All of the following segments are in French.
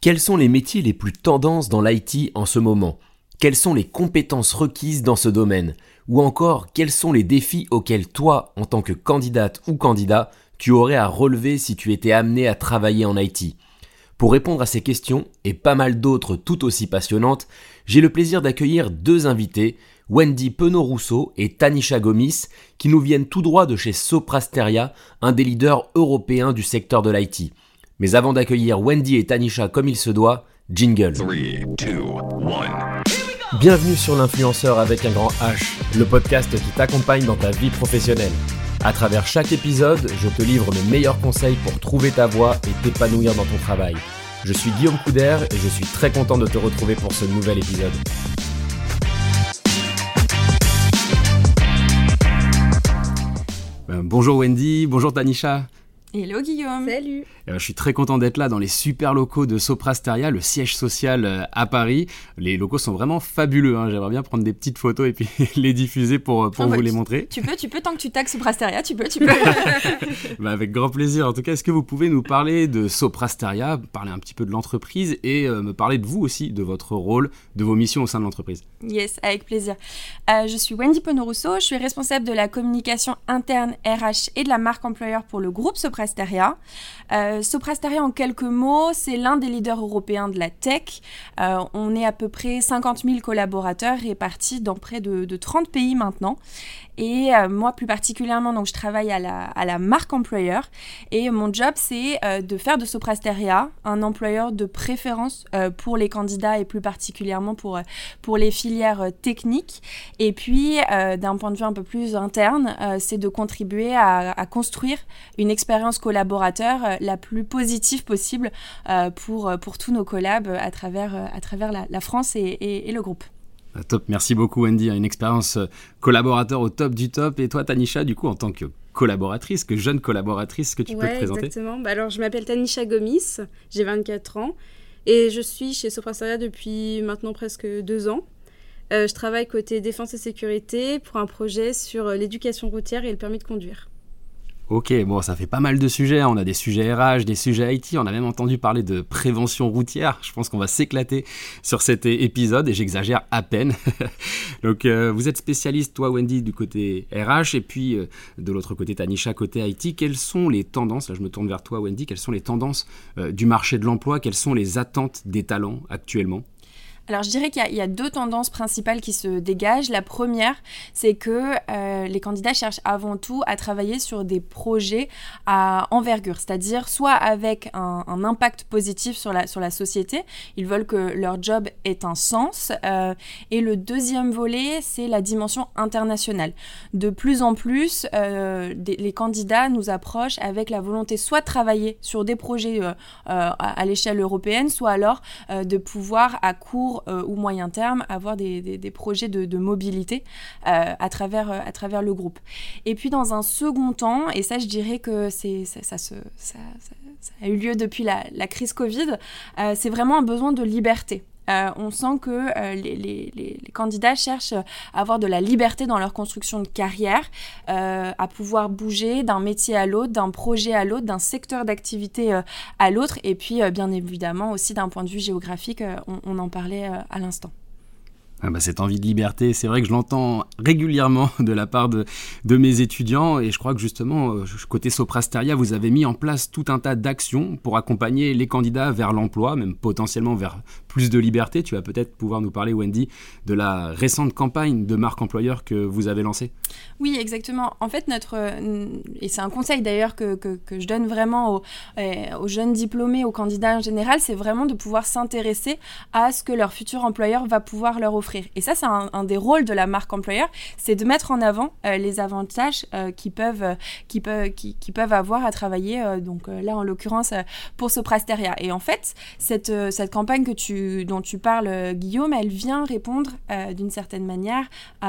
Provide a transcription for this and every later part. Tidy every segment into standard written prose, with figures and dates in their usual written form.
Quels sont les métiers les plus tendances dans l'IT en ce moment ? Quelles sont les compétences requises dans ce domaine ? Ou encore, quels sont les défis auxquels toi, en tant que candidate ou candidat, tu aurais à relever si tu étais amené à travailler en IT ? Pour répondre à ces questions, et pas mal d'autres tout aussi passionnantes, j'ai le plaisir d'accueillir deux invités, Wendy Penaud-Rousseau et Tanisha Gomis, qui nous viennent tout droit de chez Soprasteria, un des leaders européens du secteur de l'IT. Mais avant d'accueillir Wendy et Tanisha comme il se doit, jingle. 3, 2, 1. Bienvenue sur l'Influenceur avec un grand H, le podcast qui t'accompagne dans ta vie professionnelle. À travers chaque épisode, je te livre mes meilleurs conseils pour trouver ta voie et t'épanouir dans ton travail. Je suis Guillaume Couder et je suis très content de te retrouver pour ce nouvel épisode. Bonjour Wendy, bonjour Tanisha. Hello Guillaume. Salut. Je suis très content d'être là dans les super locaux de Soprasteria, le siège social à Paris. Les locaux sont vraiment fabuleux, hein. J'aimerais bien prendre des petites photos et puis les diffuser pour vous les montrer. Tu peux, tant que tu tags Soprasteria, tu peux. Avec grand plaisir. En tout cas, est-ce que vous pouvez nous parler de Soprasteria, parler un petit peu de l'entreprise et me parler de vous aussi, de votre rôle, de vos missions au sein de l'entreprise ? Yes, avec plaisir. Je suis Wendy Penaud-Rousseau, je suis responsable de la communication interne RH et de la marque employeur pour le groupe Soprasteria. Soprasteria, en quelques mots, c'est l'un des leaders européens de la tech. On est à peu près 50 000 collaborateurs répartis dans près de 30 pays maintenant. Et moi, plus particulièrement, donc, je travaille à la marque employeur. Et mon job, c'est de faire de Soprasteria un employeur de préférence pour les candidats et plus particulièrement pour les filières techniques. Et puis, d'un point de vue un peu plus interne, c'est de contribuer à construire une expérience collaborateur la plus positive possible pour tous nos collabs à travers la France et le groupe. Top, merci beaucoup Wendy, une expérience collaborateur au top du top. Et toi Tanisha, du coup en tant que collaboratrice, que jeune collaboratrice, que tu peux te présenter ? Exactement. Alors je m'appelle Tanisha Gomis, j'ai 24 ans et je suis chez Soprasteria depuis maintenant presque 2 ans. Je travaille côté défense et sécurité pour un projet sur l'éducation routière et le permis de conduire. Ok, bon, ça fait pas mal de sujets. On a des sujets RH, des sujets IT. On a même entendu parler de prévention routière. Je pense qu'on va s'éclater sur cet épisode et j'exagère à peine. Donc, vous êtes spécialiste, toi, Wendy, du côté RH et puis de l'autre côté, Tanisha, côté IT. Quelles sont les tendances ? Là, je me tourne vers toi, Wendy. Quelles sont les tendances du marché de l'emploi ? Quelles sont les attentes des talents actuellement ? Alors, je dirais qu'il y a 2 tendances principales qui se dégagent. La première, c'est que les candidats cherchent avant tout à travailler sur des projets à envergure, c'est-à-dire soit avec un impact positif sur la société. Ils veulent que leur job ait un sens. Et le deuxième volet, c'est la dimension internationale. De plus en plus, les candidats nous approchent avec la volonté soit de travailler sur des projets à l'échelle européenne, soit alors de pouvoir à court ou moyen terme, avoir des projets de mobilité à travers le groupe. Et puis dans un second temps, et ça je dirais que ça a eu lieu depuis la crise Covid, c'est vraiment un besoin de liberté. On sent que les candidats cherchent à avoir de la liberté dans leur construction de carrière, à pouvoir bouger d'un métier à l'autre, d'un projet à l'autre, d'un secteur d'activité à l'autre, et puis bien évidemment aussi d'un point de vue géographique, on en parlait à l'instant. Cette envie de liberté, c'est vrai que je l'entends régulièrement de la part de mes étudiants et je crois que justement, côté Soprasteria, vous avez mis en place tout un tas d'actions pour accompagner les candidats vers l'emploi, même potentiellement vers plus de liberté. Tu vas peut-être pouvoir nous parler, Wendy, de la récente campagne de marque employeur que vous avez lancée. Oui, exactement. En fait, et c'est un conseil d'ailleurs que je donne vraiment aux jeunes diplômés, aux candidats en général, c'est vraiment de pouvoir s'intéresser à ce que leur futur employeur va pouvoir leur offrir. Et ça, c'est un des rôles de la marque employeur, c'est de mettre en avant les avantages qu'ils peuvent avoir à travailler, là en l'occurrence pour Soprasteria. Et en fait, cette campagne dont tu parles, Guillaume, elle vient répondre d'une certaine manière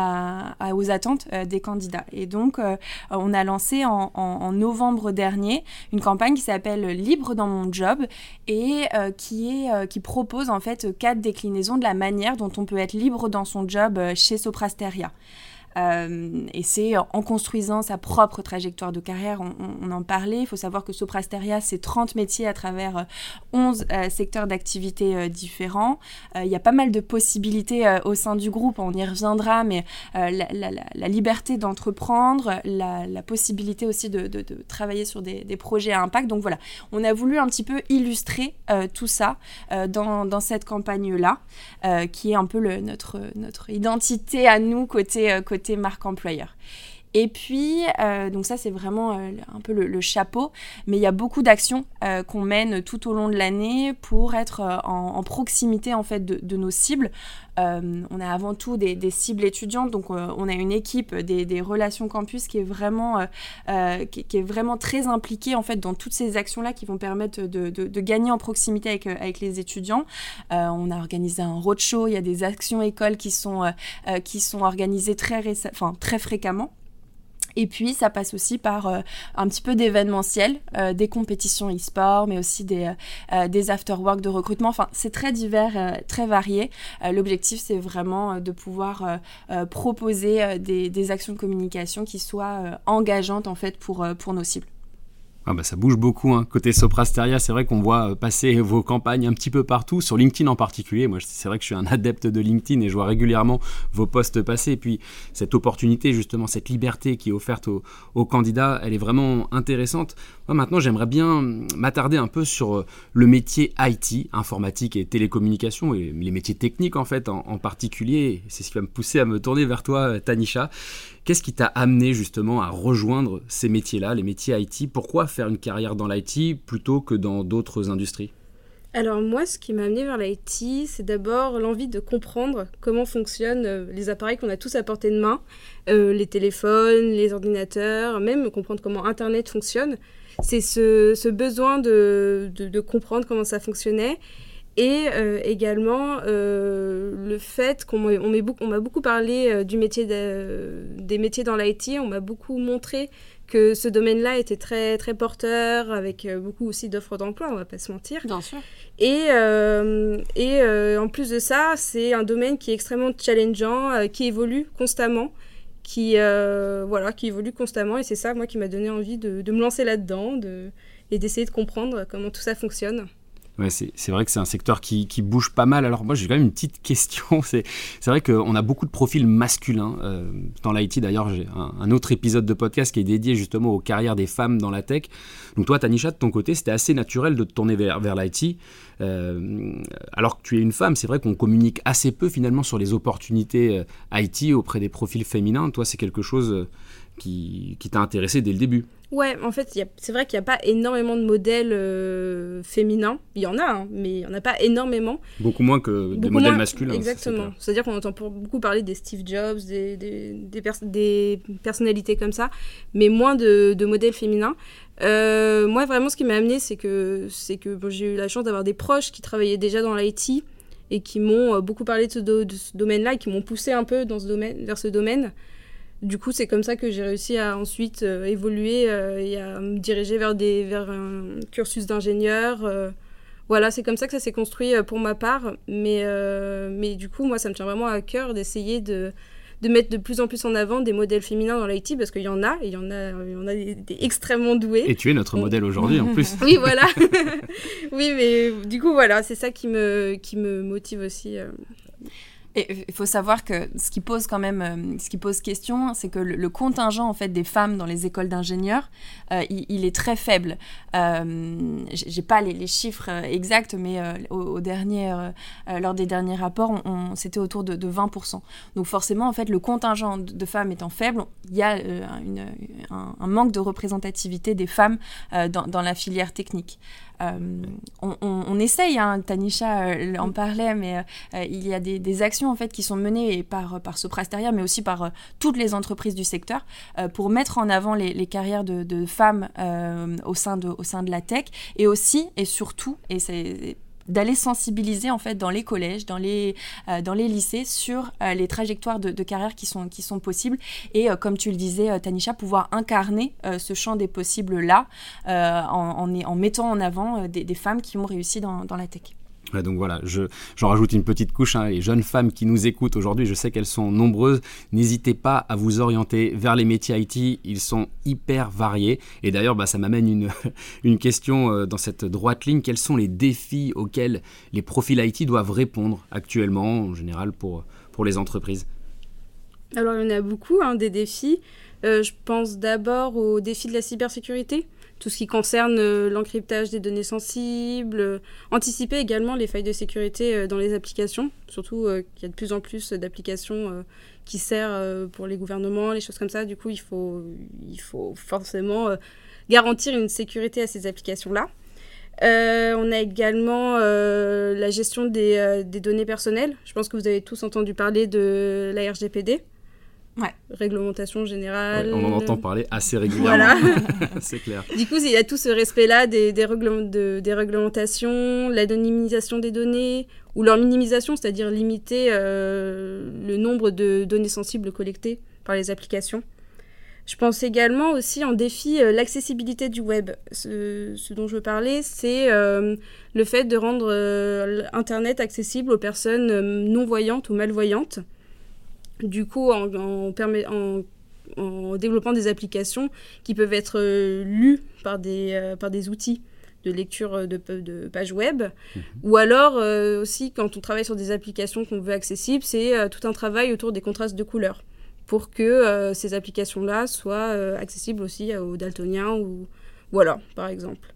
aux attentes des candidats. Et donc, on a lancé en novembre dernier une campagne qui s'appelle Libre dans mon job et qui propose en fait 4 déclinaisons de la manière dont on peut être libre dans son job chez Soprasteria. Et c'est en construisant sa propre trajectoire de carrière, on en parlait. Il faut savoir que Sopra Steria, c'est 30 métiers à travers 11 secteurs d'activité différents. Il y a pas mal de possibilités au sein du groupe, on y reviendra, mais la liberté d'entreprendre, la possibilité aussi de travailler sur des projets à impact. Donc voilà, on a voulu un petit peu illustrer tout ça dans cette campagne-là, qui est un peu notre identité à nous côté marque employeur. Et puis, donc ça c'est vraiment un peu le chapeau, mais il y a beaucoup d'actions qu'on mène tout au long de l'année pour être en proximité en fait de nos cibles. On a avant tout des cibles étudiantes, donc on a une équipe des relations campus qui est vraiment très impliquée en fait dans toutes ces actions-là qui vont permettre de gagner en proximité avec les étudiants. On a organisé un roadshow, il y a des actions écoles qui sont organisées très fréquemment. Et puis, ça passe aussi par un petit peu d'événementiel, des compétitions e-sport, mais aussi des after-work de recrutement. Enfin, c'est très divers, très varié. L'objectif, c'est vraiment de pouvoir proposer des actions de communication qui soient engageantes, en fait, pour nos cibles. Ah bah ça bouge beaucoup, hein. Côté Sopra Steria, c'est vrai qu'on voit passer vos campagnes un petit peu partout, sur LinkedIn en particulier. Moi, c'est vrai que je suis un adepte de LinkedIn et je vois régulièrement vos posts passer. Et puis, cette opportunité, justement, cette liberté qui est offerte aux candidats, elle est vraiment intéressante. Moi, maintenant, j'aimerais bien m'attarder un peu sur le métier IT, informatique et télécommunications, et les métiers techniques, en fait, en particulier. C'est ce qui va me pousser à me tourner vers toi, Tanisha. Qu'est-ce qui t'a amené justement à rejoindre ces métiers-là, les métiers IT ? Pourquoi faire une carrière dans l'IT plutôt que dans d'autres industries ? Alors moi, ce qui m'a amené vers l'IT, c'est d'abord l'envie de comprendre comment fonctionnent les appareils qu'on a tous à portée de main, les téléphones, les ordinateurs, même comprendre comment Internet fonctionne. C'est ce besoin de comprendre comment ça fonctionnait. Et également le fait qu'on m'a beaucoup parlé des métiers dans l'IT, on m'a beaucoup montré que ce domaine-là était très, très porteur, avec beaucoup aussi d'offres d'emploi, on ne va pas se mentir. Bien sûr. Et en plus de ça, c'est un domaine qui est extrêmement challengeant, qui évolue constamment, qui évolue constamment, et c'est ça, moi, qui m'a donné envie de me lancer là-dedans et d'essayer de comprendre comment tout ça fonctionne. Ouais, c'est vrai que c'est un secteur qui bouge pas mal. Alors moi, j'ai quand même une petite question. C'est vrai qu'on a beaucoup de profils masculins dans l'IT. D'ailleurs, j'ai un autre épisode de podcast qui est dédié justement aux carrières des femmes dans la tech. Donc toi, Tanisha, de ton côté, c'était assez naturel de te tourner vers l'IT. Alors que tu es une femme, c'est vrai qu'on communique assez peu finalement sur les opportunités IT auprès des profils féminins. Toi, c'est quelque chose qui t'a intéressé dès le début. Ouais, en fait, c'est vrai qu'il n'y a pas énormément de modèles féminins. Il y en a, hein, mais il n'y en a pas énormément. Beaucoup moins que des modèles masculins. Exactement. C'est-à-dire qu'on entend beaucoup parler des Steve Jobs, des personnalités comme ça, mais moins de modèles féminins. Moi, vraiment, ce qui m'a amenée, c'est que j'ai eu la chance d'avoir des proches qui travaillaient déjà dans l'IT et qui m'ont beaucoup parlé de ce domaine-là et qui m'ont poussé un peu vers ce domaine. Du coup, c'est comme ça que j'ai réussi à ensuite évoluer et à me diriger vers un cursus d'ingénieur. Voilà, c'est comme ça que ça s'est construit pour ma part. Mais du coup, moi, ça me tient vraiment à cœur d'essayer de mettre de plus en plus en avant des modèles féminins dans l'IT, parce qu'il y en a, et il y en a des extrêmement doués. Et tu es notre modèle aujourd'hui, en plus. Oui, voilà. Oui, mais du coup, voilà, c'est ça qui me motive aussi. Et il faut savoir que ce qui pose question, c'est que le contingent en fait des femmes dans les écoles d'ingénieurs, il est très faible. J'ai pas les chiffres exacts, mais lors des derniers rapports, c'était autour de 20%. Donc forcément, en fait, le contingent de femmes étant faible, il y a un manque de représentativité des femmes dans la filière technique. On essaye, hein, Tanisha en parlait, mais il y a des actions en fait qui sont menées par Sopra Steria, mais aussi par toutes les entreprises du secteur pour mettre en avant les carrières de femmes au sein de la tech, et aussi et surtout, et c'est d'aller sensibiliser en fait dans les collèges, dans les lycées sur les trajectoires de carrière qui sont possibles, et comme tu le disais, Tanisha, pouvoir incarner ce champ des possibles là en mettant en avant des femmes qui ont réussi dans la tech. Ouais, donc voilà, j'en rajoute une petite couche, hein. Les jeunes femmes qui nous écoutent aujourd'hui, je sais qu'elles sont nombreuses. N'hésitez pas à vous orienter vers les métiers IT, ils sont hyper variés. Et d'ailleurs, ça m'amène une question dans cette droite ligne. Quels sont les défis auxquels les profils IT doivent répondre actuellement, en général, pour les entreprises ? Alors, il y en a beaucoup, des défis. Je pense d'abord au défi de la cybersécurité. Tout ce qui concerne l'encryptage des données sensibles, anticiper également les failles de sécurité dans les applications, surtout qu'il y a de plus en plus d'applications qui servent pour les gouvernements, les choses comme ça. Du coup, il faut forcément garantir une sécurité à ces applications-là. On a également la gestion des données personnelles. Je pense que vous avez tous entendu parler de la RGPD. Ouais. Réglementation générale. Ouais, on en entend parler assez régulièrement. Voilà. C'est clair. Du coup, il y a tout ce respect-là des réglementations, l'anonymisation des données, ou leur minimisation, c'est-à-dire limiter le nombre de données sensibles collectées par les applications. Je pense également aussi en défi l'accessibilité du web. Ce dont je veux parler, c'est le fait de rendre Internet accessible aux personnes non-voyantes ou malvoyantes. Du coup, en développant des applications qui peuvent être lues par des outils de lecture de pages web. Ou alors, aussi, quand on travaille sur des applications qu'on veut accessibles, c'est tout un travail autour des contrastes de couleurs pour que ces applications-là soient accessibles aussi aux daltoniens ou voilà, par exemple.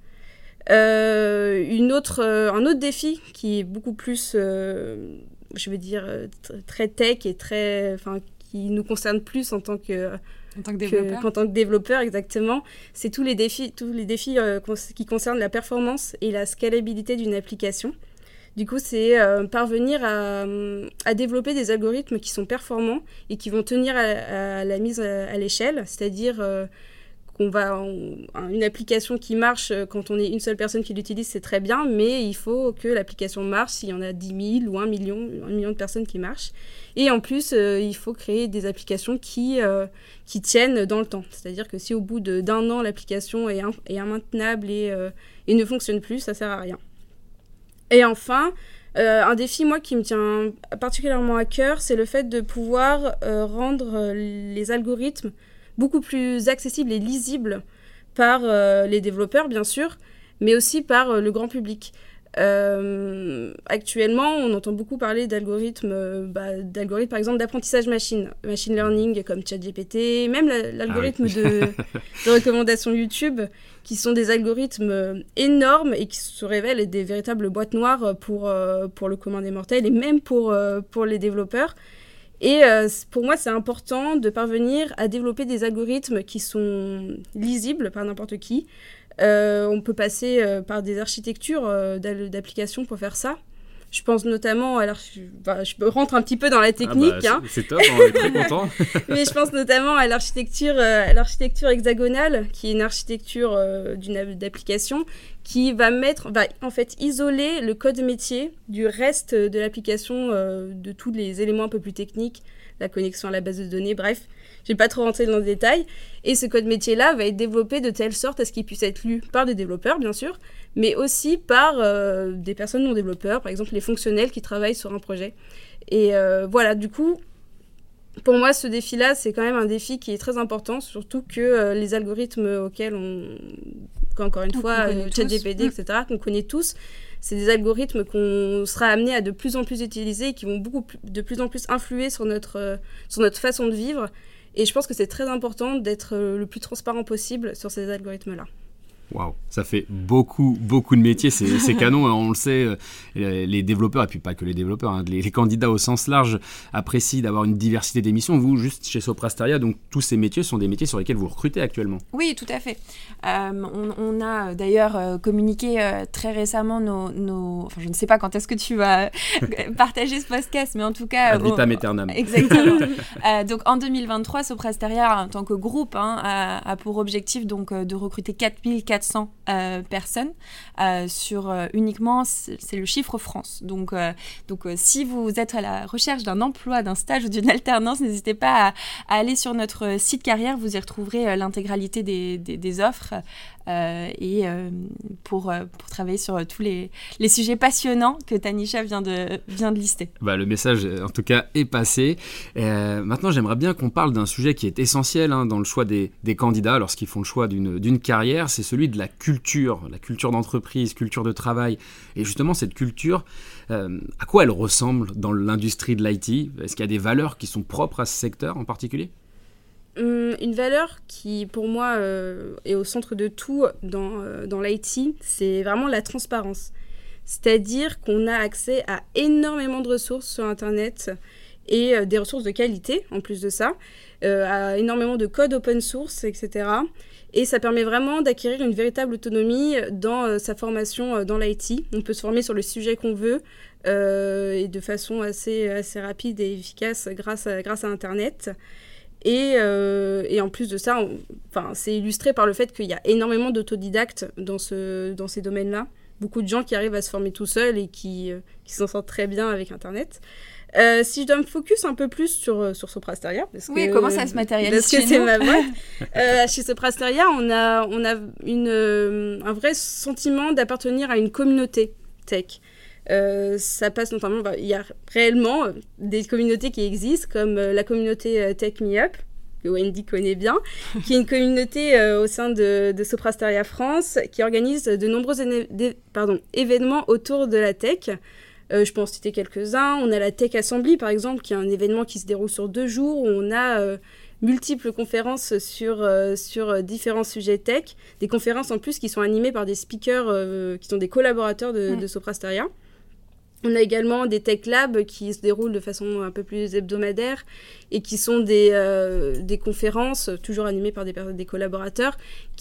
Un autre défi qui est beaucoup plus... je veux dire, très tech et qui nous concerne plus en tant que développeur, exactement. C'est tous les défis qui concernent la performance et la scalabilité d'une application. Du coup, c'est parvenir à développer des algorithmes qui sont performants et qui vont tenir à la mise à l'échelle, c'est-à-dire... une application qui marche quand on est une seule personne qui l'utilise, c'est très bien, mais il faut que l'application marche s'il y en a 10 000 ou 1 million de personnes qui marchent. Et en plus, il faut créer des applications qui tiennent dans le temps. C'est-à-dire que si au bout d'un an, l'application est immaintenable et ne fonctionne plus, ça ne sert à rien. Et enfin, un défi, moi, qui me tient particulièrement à cœur, c'est le fait de pouvoir rendre les algorithmes beaucoup plus accessible et lisible par les développeurs, bien sûr, mais aussi par le grand public. Actuellement, on entend beaucoup parler d'algorithmes, par exemple, d'apprentissage machine learning, comme ChatGPT, même l'algorithme de recommandation YouTube, qui sont des algorithmes énormes et qui se révèlent être des véritables boîtes noires pour le commun des mortels et même pour les développeurs. Et pour moi, c'est important de parvenir à développer des algorithmes qui sont lisibles par n'importe qui. On peut passer par des architectures d'applications pour faire ça. Je pense notamment, je rentre un petit peu dans la technique. C'est top, on est très contents. Mais je pense notamment à l'architecture hexagonale, qui est une architecture d'application qui va en fait isoler le code métier du reste de l'application, de tous les éléments un peu plus techniques, la connexion à la base de données, bref. Je ne vais pas trop rentrer dans le détail. Et ce code métier-là va être développé de telle sorte à ce qu'il puisse être lu par des développeurs, bien sûr, mais aussi par des personnes non développeurs, par exemple les fonctionnels qui travaillent sur un projet. Et voilà, du coup, pour moi, ce défi-là, c'est quand même un défi qui est très important, surtout que les algorithmes auxquels encore une fois, ChatGPT, etc., qu'on connaît tous, c'est des algorithmes qu'on sera amené à de plus en plus utiliser et qui vont de plus en plus influer sur notre façon de vivre. Et je pense que c'est très important d'être le plus transparent possible sur ces algorithmes-là. Waouh, ça fait beaucoup de métiers, c'est canon, on le sait, les développeurs, et puis pas que les développeurs, les candidats au sens large apprécient d'avoir une diversité d'émissions. Vous, juste chez Soprasteria, donc tous ces métiers sont des métiers sur lesquels vous recrutez actuellement. Oui, tout à fait. On a d'ailleurs communiqué très récemment enfin, je ne sais pas quand est-ce que tu vas partager ce podcast, mais en tout cas... Ad vitam aeternam. Exactement. Donc en 2023, Soprasteria, en tant que groupe, a pour objectif donc, de recruter 4400 personnes sur uniquement, c'est le chiffre France. Donc si vous êtes à la recherche d'un emploi, d'un stage ou d'une alternance, n'hésitez pas à aller sur notre site carrière, vous y retrouverez l'intégralité des offres pour travailler sur tous les sujets passionnants que Tanisha vient de lister. Le message, en tout cas, est passé. Maintenant, j'aimerais bien qu'on parle d'un sujet qui est essentiel dans le choix des candidats lorsqu'ils font le choix d'une carrière, c'est celui de la culture d'entreprise, culture de travail. Et justement, cette culture, à quoi elle ressemble dans l'industrie de l'IT ? Est-ce qu'il y a des valeurs qui sont propres à ce secteur en particulier ? Une valeur qui, pour moi, est au centre de tout dans l'IT, c'est vraiment la transparence. C'est-à-dire qu'on a accès à énormément de ressources sur Internet et des ressources de qualité, en plus de ça, à énormément de code open source, etc. Et ça permet vraiment d'acquérir une véritable autonomie dans sa formation dans l'IT. On peut se former sur le sujet qu'on veut et de façon assez rapide et efficace grâce à Internet. Et en plus de ça, c'est illustré par le fait qu'il y a énormément d'autodidactes dans ces domaines-là. Beaucoup de gens qui arrivent à se former tout seuls et qui s'en sortent très bien avec Internet. Si je dois me focus un peu plus sur Soprasteria, comment ça se matérialise parce que c'est ma boîte. Chez Soprasteria, on a un vrai sentiment d'appartenir à une communauté tech. Ça passe notamment, il y a réellement des communautés qui existent, comme la communauté Tech Me Up, que Wendy connaît bien, qui est une communauté au sein de Soprasteria France, qui organise de nombreux événements autour de la tech. Je peux en citer quelques-uns. On a la Tech Assembly, par exemple, qui est un événement qui se déroule sur 2 jours, où on a multiples conférences sur différents sujets tech. Des conférences en plus qui sont animées par des speakers qui sont des collaborateurs de Soprasteria. On a également des Tech Labs qui se déroulent de façon un peu plus hebdomadaire et qui sont des conférences toujours animées par des collaborateurs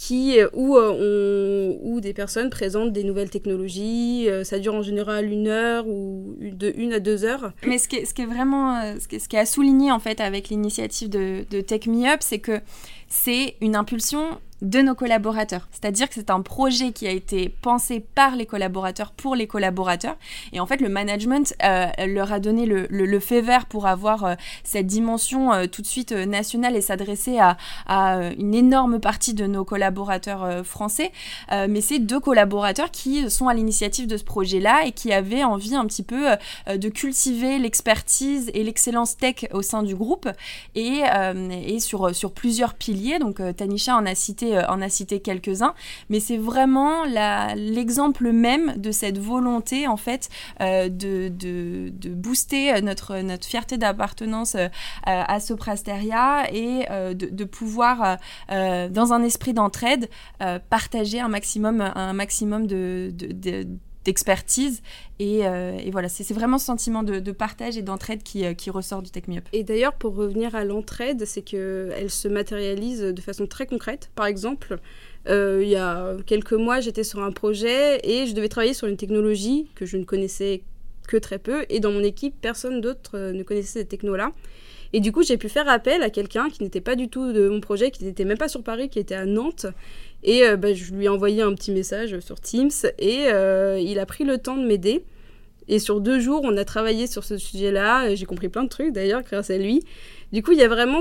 où des personnes présentent des nouvelles technologies. Ça dure en général 1 heure ou de 1 à 2 heures. Mais ce qui est à souligner en fait avec l'initiative de Tech Me Up, c'est que c'est une impulsion de nos collaborateurs. C'est-à-dire que c'est un projet qui a été pensé par les collaborateurs pour les collaborateurs. Et en fait, le management leur a donné le feu vert pour avoir cette dimension tout de suite nationale et s'adresser à une énorme partie de nos collaborateurs français. Mais c'est 2 collaborateurs qui sont à l'initiative de ce projet-là et qui avaient envie un petit peu de cultiver l'expertise et l'excellence tech au sein du groupe et sur plusieurs piliers. Donc, Tanisha en a cité quelques-uns, mais c'est vraiment l'exemple même de cette volonté en fait de booster notre fierté d'appartenance à Soprasteria et de pouvoir dans un esprit d'entraide partager un maximum d'expertise et voilà, c'est vraiment ce sentiment de partage et d'entraide qui ressort du Tech Me Up. Et d'ailleurs, pour revenir à l'entraide, c'est qu'elle se matérialise de façon très concrète. Par exemple, il y a quelques mois, j'étais sur un projet et je devais travailler sur une technologie que je ne connaissais que très peu et dans mon équipe, personne d'autre ne connaissait cette techno-là. Et du coup, j'ai pu faire appel à quelqu'un qui n'était pas du tout de mon projet, qui n'était même pas sur Paris, qui était à Nantes. Et je lui ai envoyé un petit message sur Teams et il a pris le temps de m'aider. Et sur 2 jours, on a travaillé sur ce sujet-là. J'ai compris plein de trucs d'ailleurs grâce à lui. Du coup, il y a vraiment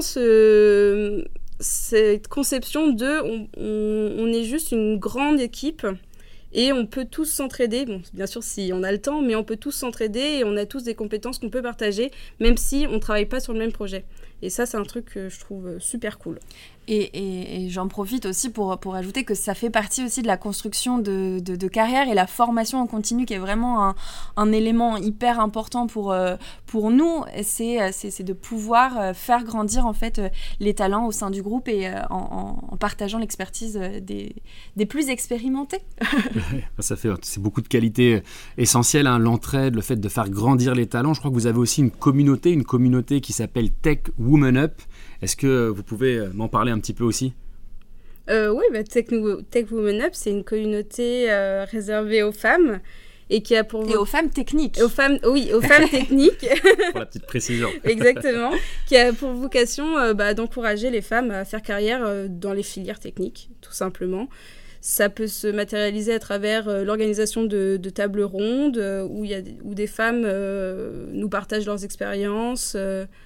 cette conception on est juste une grande équipe et on peut tous s'entraider. Bon, bien sûr, si on a le temps, mais on peut tous s'entraider et on a tous des compétences qu'on peut partager, même si on ne travaille pas sur le même projet. Et ça, c'est un truc que je trouve super cool. Et j'en profite aussi pour ajouter que ça fait partie aussi de la construction de carrière et la formation en continu qui est vraiment un élément hyper important pour nous. C'est de pouvoir faire grandir en fait les talents au sein du groupe et en partageant l'expertise des plus expérimentés. C'est beaucoup de qualités essentielles, l'entraide, le fait de faire grandir les talents. Je crois que vous avez aussi une communauté qui s'appelle Tech Women Up. Est-ce que vous pouvez m'en parler un petit peu aussi ? Oui, Tech Women Up, c'est une communauté réservée aux femmes et qui a pour... Et aux femmes techniques. Aux femmes techniques. Pour la petite précision. Exactement. Qui a pour vocation d'encourager les femmes à faire carrière dans les filières techniques, tout simplement. Ça peut se matérialiser à travers l'organisation de tables rondes où des femmes nous partagent leurs expériences,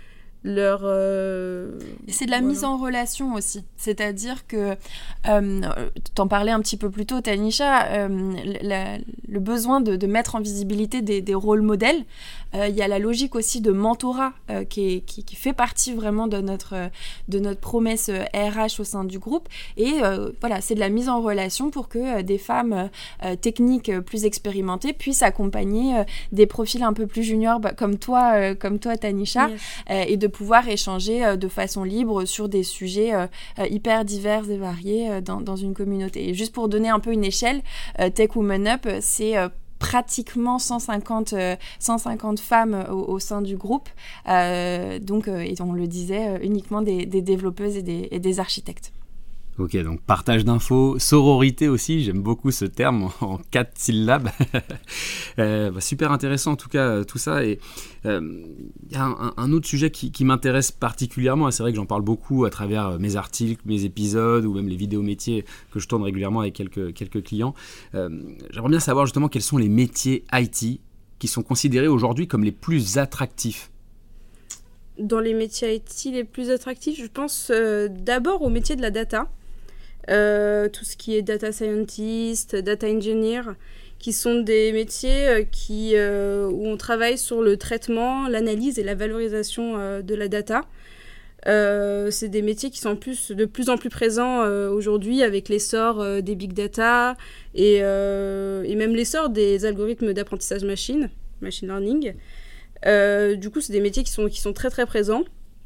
Et c'est de la mise en relation aussi. C'est-à-dire que, t'en parlais un petit peu plus tôt, Tanisha, le besoin de mettre en visibilité des rôles modèles. Il y a la logique aussi de mentorat qui fait partie vraiment de notre promesse RH au sein du groupe. Et voilà, c'est de la mise en relation pour que des femmes techniques plus expérimentées puissent accompagner des profils un peu plus juniors comme toi, Tanisha, et de pouvoir échanger de façon libre sur des sujets hyper divers et variés dans une communauté. Et juste pour donner un peu une échelle, Tech Women Up, c'est pratiquement 150 femmes au sein du groupe, donc, et on le disait, uniquement des développeuses et des architectes. Ok, donc partage d'infos, sororité aussi, j'aime beaucoup ce terme en 4 syllabes. Super intéressant en tout cas tout ça. Et il y a un autre sujet qui m'intéresse particulièrement, et c'est vrai que j'en parle beaucoup à travers mes articles, mes épisodes ou même les vidéos métiers que je tourne régulièrement avec quelques clients. J'aimerais bien savoir justement quels sont les métiers IT qui sont considérés aujourd'hui comme les plus attractifs. Dans les métiers IT les plus attractifs, je pense d'abord au métier de la data. Tout ce qui est data scientist, data engineer, qui sont des métiers où on travaille sur le traitement, l'analyse et la valorisation de la data. C'est des métiers qui sont de plus en plus présents aujourd'hui avec l'essor des big data et même l'essor des algorithmes d'apprentissage machine learning. Du coup, c'est des métiers qui sont très très présents.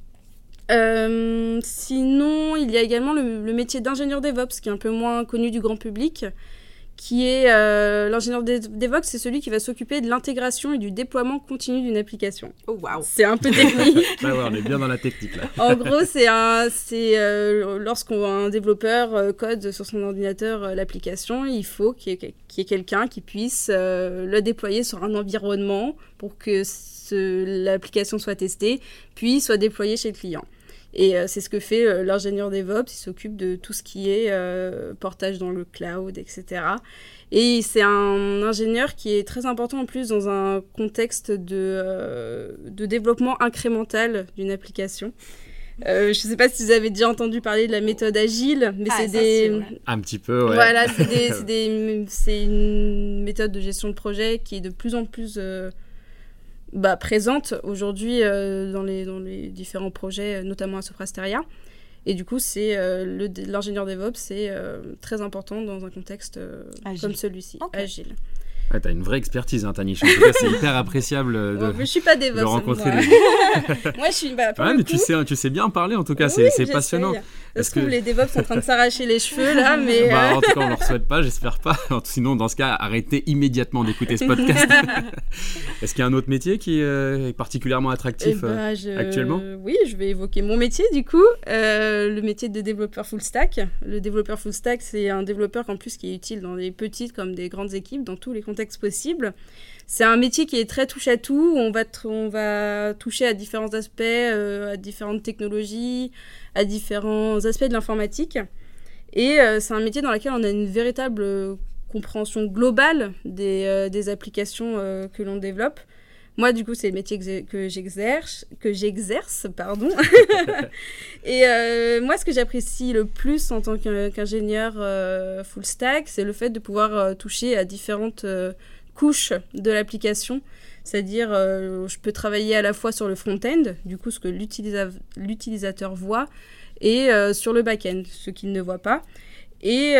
Sinon, il y a également le métier d'ingénieur DevOps, qui est un peu moins connu du grand public, qui est l'ingénieur DevOps, c'est celui qui va s'occuper de l'intégration et du déploiement continu d'une application. Oh waouh. C'est un peu technique. On est bien dans la technique là. En gros, c'est lorsqu'un développeur code sur son ordinateur l'application, il faut qu'il y ait quelqu'un qui puisse le déployer sur un environnement pour que l'application soit testée, puis soit déployée chez le client. Et c'est ce que fait l'ingénieur DevOps. Il s'occupe de tout ce qui est portage dans le cloud, etc. Et c'est un ingénieur qui est très important en plus dans un contexte de développement incrémental d'une application. Je ne sais pas si vous avez déjà entendu parler de la méthode agile, mais un petit peu, ouais. Voilà, c'est une méthode de gestion de projet qui est de plus en plus présente aujourd'hui dans les différents projets, notamment à Soprasteria. Et du coup, l'ingénieur DevOps, c'est très important dans un contexte comme celui-ci, agile. Ouais, t'as une vraie expertise, hein, Tanisha. En tout cas, c'est hyper appréciable je suis pas DevOps, de rencontrer moi. Moi, je suis mais tu sais bien parler, en tout cas, c'est passionnant. Ça se trouve, les DevOps sont en train de s'arracher les cheveux, là, mais... En tout cas, on ne leur souhaite pas, j'espère pas. Sinon, dans ce cas, arrêtez immédiatement d'écouter ce podcast. Est-ce qu'il y a un autre métier qui est particulièrement attractif actuellement ? Oui, je vais évoquer mon métier, du coup. Le métier de développeur full stack. Le développeur full stack, c'est un développeur en plus qui est utile dans des petites comme des grandes équipes, dans tous les contextes possibles. C'est un métier qui est très touche-à-tout. On va toucher à différents aspects, à différentes technologies, à différents aspects de l'informatique. Et c'est un métier dans lequel on a une véritable compréhension globale des applications que l'on développe. Moi, du coup, c'est le métier que j'exerce. Et moi, ce que j'apprécie le plus en tant qu'ingénieur full stack, c'est le fait de pouvoir toucher à différentes couches de l'application. C'est-à-dire, je peux travailler à la fois sur le front-end, du coup, ce que l'utilisateur voit, et sur le back-end, ce qu'il ne voit pas. Et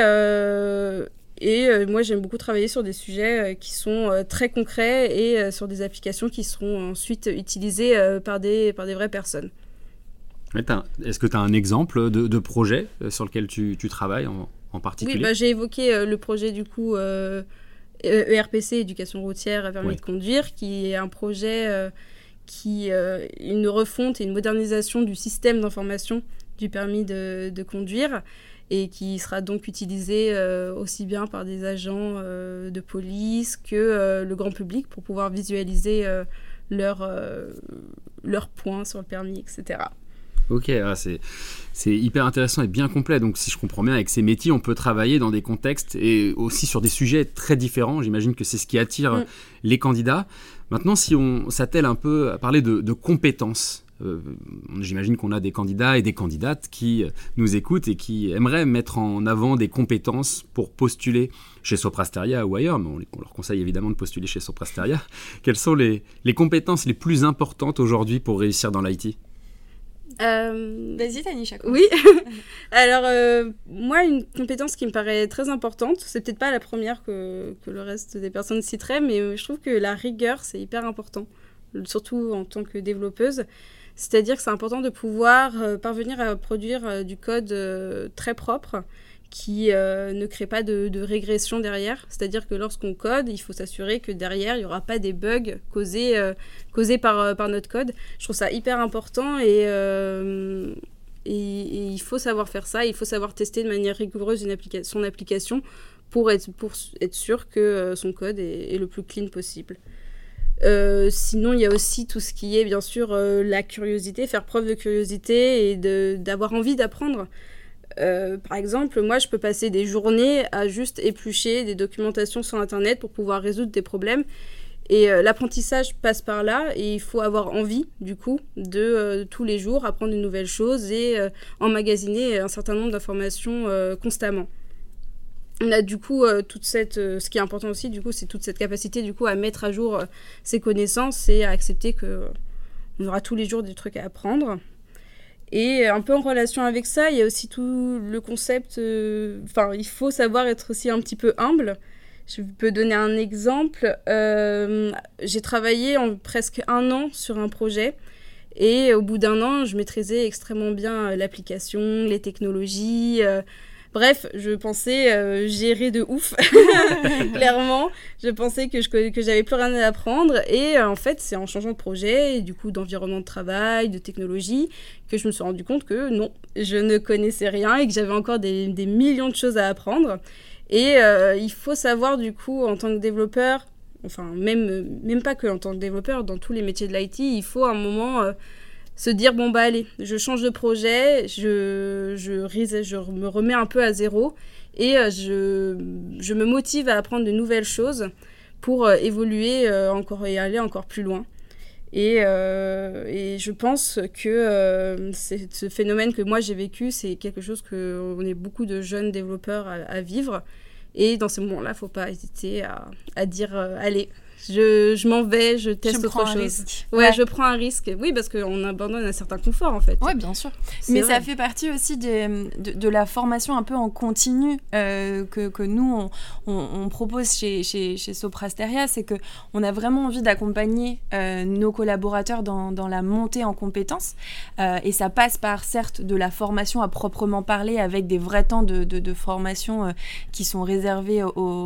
moi, j'aime beaucoup travailler sur des sujets qui sont très concrets et sur des applications qui seront ensuite utilisées par des vraies personnes. Est-ce que tu as un exemple de projet sur lequel tu travailles en particulier ? Oui, j'ai évoqué le projet du coup ERPC, éducation routière, permis de conduire, qui est un projet une refonte et une modernisation du système d'information du permis de conduire, et qui sera donc utilisé aussi bien par des agents de police que le grand public pour pouvoir visualiser leurs points sur le permis, etc. Ok, c'est hyper intéressant et bien complet. Donc, si je comprends bien, avec ces métiers, on peut travailler dans des contextes et aussi sur des sujets très différents. J'imagine que c'est ce qui attire les candidats. Maintenant, si on s'attelle un peu à parler de compétences, J'imagine qu'on a des candidats et des candidates qui nous écoutent et qui aimeraient mettre en avant des compétences pour postuler chez Sopra Steria ou ailleurs, mais on leur conseille évidemment de postuler chez Sopra Steria. Quelles sont les compétences les plus importantes aujourd'hui pour réussir dans l'IT ? Vas-y, Tanisha. Oui. Alors, moi, une compétence qui me paraît très importante, c'est peut-être pas la première que le reste des personnes citeraient, mais je trouve que la rigueur, c'est hyper important, surtout en tant que développeuse. C'est-à-dire que c'est important de pouvoir parvenir à produire du code très propre, qui ne crée pas de régression derrière. C'est-à-dire que lorsqu'on code, il faut s'assurer que derrière, il n'y aura pas des bugs causés par notre code. Je trouve ça hyper important et il faut savoir faire ça. Il faut savoir tester de manière rigoureuse son application pour être sûr que son code est le plus clean possible. Sinon, il y a aussi tout ce qui est, bien sûr, la curiosité, faire preuve de curiosité et d'avoir envie d'apprendre. Par exemple, moi, je peux passer des journées à juste éplucher des documentations sur Internet pour pouvoir résoudre des problèmes. Et l'apprentissage passe par là et il faut avoir envie, du coup, de tous les jours apprendre de nouvelles choses et emmagasiner un certain nombre d'informations constamment. On a du coup ce qui est important aussi, du coup, c'est toute cette capacité du coup à mettre à jour ses connaissances et à accepter qu'on aura tous les jours des trucs à apprendre. Et un peu en relation avec ça, il y a aussi tout le concept, il faut savoir être aussi un petit peu humble. Je peux donner un exemple. J'ai travaillé presque 1 an sur un projet et au bout d'1 an, je maîtrisais extrêmement bien l'application, les technologies. Bref, je pensais gérer de ouf, clairement. Je pensais que j'avais plus rien à apprendre. Et en fait, c'est en changeant de projet, et du coup d'environnement de travail, de technologie, que je me suis rendu compte que non, je ne connaissais rien et que j'avais encore des millions de choses à apprendre. Et il faut savoir, du coup, en tant que développeur, enfin, même pas que en tant que développeur, dans tous les métiers de l'IT, il faut à un moment se dire, bon, bah allez, je change de projet, je me remets un peu à zéro et je me motive à apprendre de nouvelles choses pour évoluer encore et aller encore plus loin. Et je pense que ce phénomène que moi j'ai vécu, c'est quelque chose qu'on est beaucoup de jeunes développeurs à vivre. Et dans ces moments-là, il ne faut pas hésiter à dire allez, je m'en vais, je teste autre chose. Ouais, je prends un risque. Oui, parce qu'on abandonne un certain confort, en fait. Oui, bien sûr. Mais ça fait partie aussi de la formation un peu en continu que nous, on propose chez Sopra Steria. C'est qu'on a vraiment envie d'accompagner nos collaborateurs dans la montée en compétences. Et ça passe par, certes, de la formation à proprement parler avec des vrais temps de formation qui sont réservés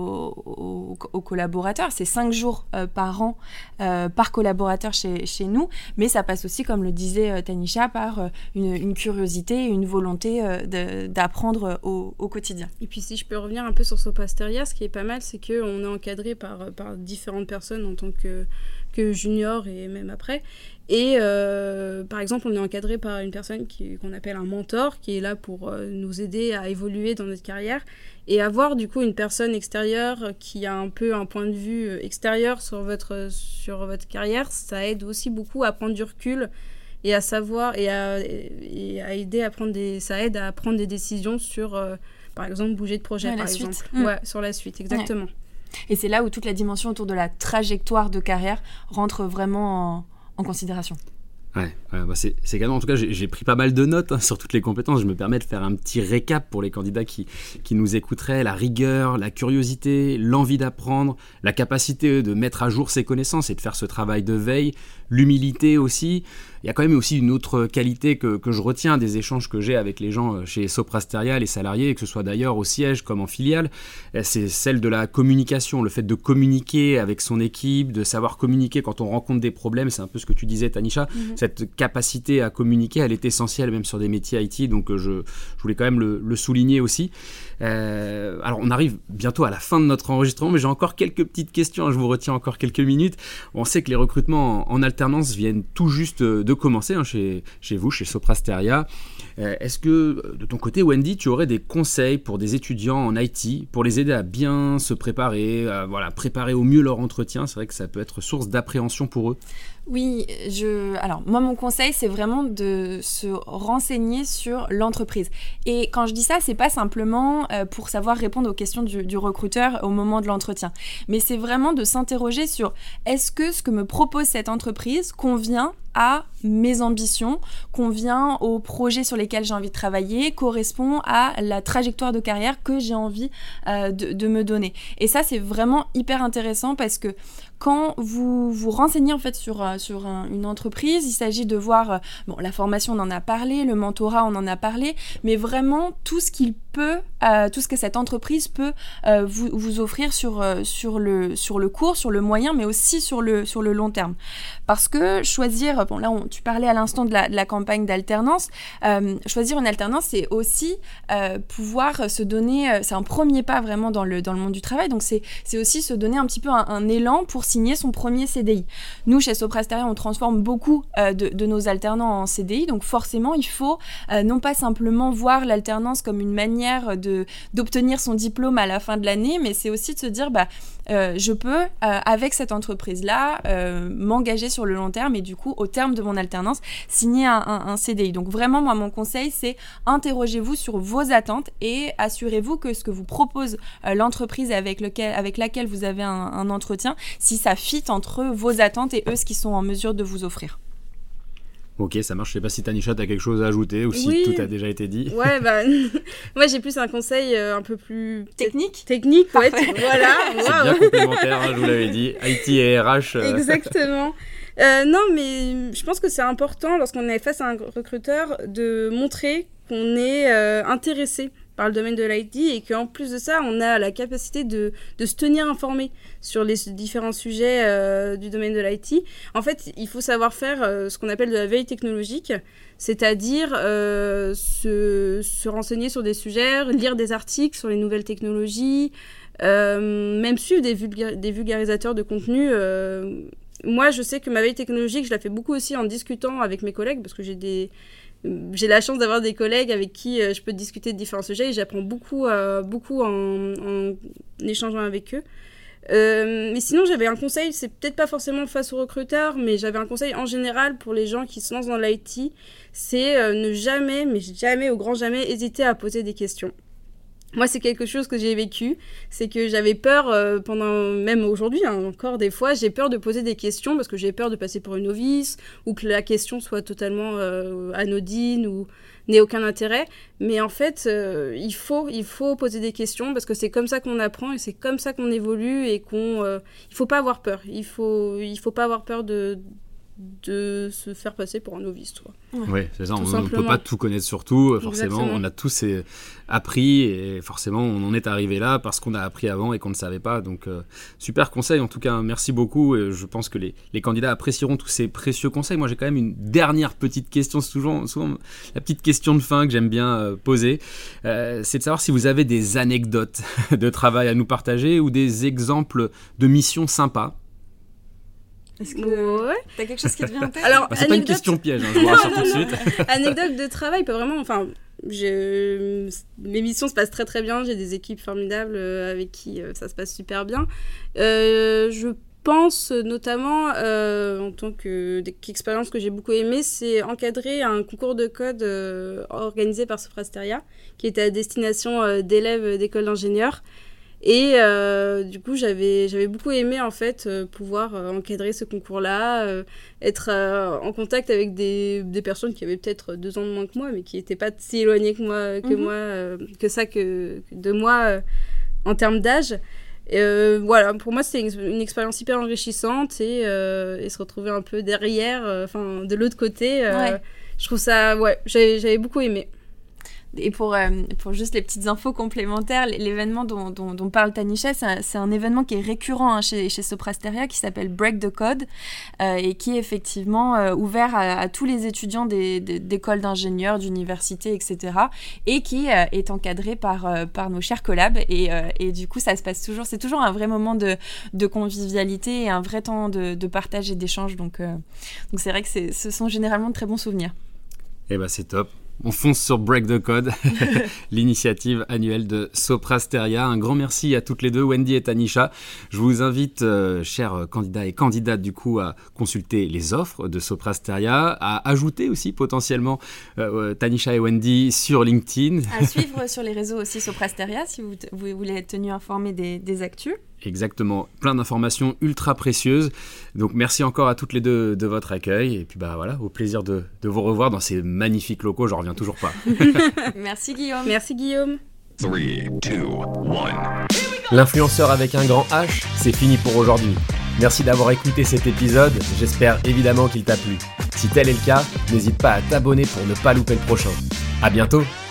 aux collaborateurs. C'est 5 jours par an par collaborateur chez nous, mais ça passe aussi, comme le disait Tanisha, par une curiosité, une volonté d'apprendre au quotidien. Et puis si je peux revenir un peu sur Sopra Steria, ce qui est pas mal, c'est qu'on est encadré par différentes personnes en tant que junior et même après. Et par exemple, on est encadré par une personne qu'on appelle un mentor, qui est là pour nous aider à évoluer dans notre carrière. Et avoir du coup une personne extérieure qui a un peu un point de vue extérieur sur votre carrière, ça aide aussi beaucoup à prendre du recul et à savoir et à aider ça aide à prendre des décisions sur, par exemple, bouger de projet, par exemple. Ouais, sur la suite, exactement. Ouais. Et c'est là où toute la dimension autour de la trajectoire de carrière rentre vraiment en considération. Ouais, bah c'est également, en tout cas, j'ai pris pas mal de notes sur toutes les compétences. Je me permets de faire un petit récap pour les candidats qui nous écouteraient. La rigueur, la curiosité, l'envie d'apprendre, la capacité de mettre à jour ses connaissances et de faire ce travail de veille, l'humilité aussi. Il y a quand même aussi une autre qualité que je retiens des échanges que j'ai avec les gens chez Sopra Steria, les salariés, que ce soit d'ailleurs au siège comme en filiale, c'est celle de la communication, le fait de communiquer avec son équipe, de savoir communiquer quand on rencontre des problèmes. C'est un peu ce que tu disais, Tanisha. Cette capacité à communiquer, elle est essentielle même sur des métiers IT, donc je voulais quand même le souligner aussi. Alors on arrive bientôt à la fin de notre enregistrement, mais j'ai encore quelques petites questions, je vous retiens encore quelques minutes. On sait que les recrutements en alternance viennent tout juste de commencer chez vous, chez Sopra Steria. Est-ce que de ton côté, Wendy, tu aurais des conseils pour des étudiants en IT pour les aider à bien se préparer, à préparer au mieux leur entretien? C'est vrai que ça peut être source d'appréhension pour eux. Oui, alors moi mon conseil c'est vraiment de se renseigner sur l'entreprise. Et quand je dis ça, c'est pas simplement pour savoir répondre aux questions du recruteur au moment de l'entretien, mais c'est vraiment de s'interroger sur est-ce que ce que me propose cette entreprise convient à mes ambitions, convient aux projets sur lesquels j'ai envie de travailler, correspond à la trajectoire de carrière que j'ai envie de me donner. Et ça, c'est vraiment hyper intéressant parce que quand vous vous renseignez en fait sur une entreprise, il s'agit de voir, la formation on en a parlé, le mentorat on en a parlé, mais vraiment tout ce que cette entreprise peut vous offrir sur le court, sur le moyen, mais aussi sur le long terme. Parce que choisir, tu parlais à l'instant de la campagne d'alternance, choisir une alternance c'est aussi pouvoir se donner, c'est un premier pas vraiment dans le monde du travail, donc c'est aussi se donner un petit peu un élan pour signer son premier CDI. Nous, chez Sopra Steria, on transforme beaucoup de nos alternants en CDI, donc forcément, il faut non pas simplement voir l'alternance comme une manière d'obtenir son diplôme à la fin de l'année, mais c'est aussi de se dire, je peux, avec cette entreprise-là, m'engager sur le long terme et du coup, au terme de mon alternance, signer un CDI. Donc vraiment, moi, mon conseil, c'est interrogez-vous sur vos attentes et assurez-vous que ce que vous propose l'entreprise avec laquelle vous avez un entretien, si ça fit entre vos attentes et eux, ce qu'ils sont en mesure de vous offrir. Ok, ça marche. Je sais pas si Tanisha, t'as quelque chose à ajouter ou si tout a déjà été dit. Ouais, moi j'ai plus un conseil un peu plus technique, ouais, voilà. C'est bien complémentaire, je vous l'avais dit. IT et RH. Exactement. Non, mais je pense que c'est important lorsqu'on est face à un recruteur de montrer qu'on est intéressé par le domaine de l'IT et qu'en plus de ça, on a la capacité de se tenir informé sur les différents sujets du domaine de l'IT. En fait, il faut savoir faire ce qu'on appelle de la veille technologique, c'est-à-dire se renseigner sur des sujets, lire des articles sur les nouvelles technologies, même suivre des vulgarisateurs de contenu. Moi, je sais que ma veille technologique, je la fais beaucoup aussi en discutant avec mes collègues parce que j'ai la chance d'avoir des collègues avec qui je peux discuter de différents sujets et j'apprends beaucoup en échangeant avec eux. Mais sinon, j'avais un conseil, c'est peut-être pas forcément face aux recruteurs, mais j'avais un conseil en général pour les gens qui se lancent dans l'IT, c'est ne jamais, mais jamais, au grand jamais, hésiter à poser des questions. Moi, c'est quelque chose que j'ai vécu, c'est que j'avais peur même aujourd'hui, encore des fois, j'ai peur de poser des questions parce que j'ai peur de passer pour une novice ou que la question soit totalement anodine ou n'ait aucun intérêt. Mais en fait, il faut poser des questions parce que c'est comme ça qu'on apprend et c'est comme ça qu'on évolue et il faut pas avoir peur. Il faut pas avoir peur de se faire passer pour un novice, toi. Oui, c'est ça, on ne peut pas tout connaître sur tout, forcément. Exactement. On a tous appris et forcément on en est arrivé là parce qu'on a appris avant et qu'on ne savait pas, donc super conseil en tout cas, merci beaucoup et je pense que les candidats apprécieront tous ces précieux conseils. Moi j'ai quand même une dernière petite question, c'est souvent la petite question de fin que j'aime bien poser, c'est de savoir si vous avez des anecdotes de travail à nous partager ou des exemples de missions sympas. Est-ce que t'as quelque chose qui te vient en tête? Alors, c'est pas une question piège, je vous rassure tout de suite. Anecdote de travail, pas vraiment. Enfin, mes missions se passent très très bien. J'ai des équipes formidables avec qui ça se passe super bien. Je pense notamment, en tant qu'expérience que j'ai beaucoup aimée, c'est encadrer un concours de code organisé par Sopra Steria, qui était à destination d'élèves d'écoles d'ingénieurs. Et du coup, j'avais beaucoup aimé en fait pouvoir encadrer ce concours-là, être en contact avec des personnes qui avaient peut-être 2 ans de moins que moi, mais qui n'étaient pas si éloignées de moi en termes d'âge. Voilà, pour moi, c'était une expérience hyper enrichissante et se retrouver un peu derrière, de l'autre côté, je trouve ça, j'avais beaucoup aimé. Et pour juste les petites infos complémentaires, l'événement dont parle Tanisha, c'est un événement qui est récurrent chez Sopra Steria, qui s'appelle Break the Code, et qui est effectivement ouvert à tous les étudiants d'écoles d'ingénieurs, d'universités, etc. Et qui est encadré par nos chers collabs. Et du coup, ça se passe toujours, c'est toujours un vrai moment de convivialité et un vrai temps de partage et d'échange. Donc c'est vrai que ce sont généralement de très bons souvenirs. Eh ben c'est top. On fonce sur Break the Code, l'initiative annuelle de Soprasteria. Un grand merci à toutes les deux, Wendy et Tanisha. Je vous invite, chers candidats et candidates, du coup, à consulter les offres de Soprasteria, à ajouter aussi potentiellement Tanisha et Wendy sur LinkedIn. À suivre sur les réseaux aussi Soprasteria si vous voulez être tenu informé des actus. Exactement, plein d'informations ultra précieuses. Donc merci encore à toutes les deux de votre accueil. Et puis voilà, au plaisir de vous revoir dans ces magnifiques locaux, j'en reviens toujours pas. Merci Guillaume. Merci Guillaume. 3, 2, 1. L'influenceur avec un grand H, c'est fini pour aujourd'hui. Merci d'avoir écouté cet épisode, j'espère évidemment qu'il t'a plu. Si tel est le cas, n'hésite pas à t'abonner pour ne pas louper le prochain. À bientôt.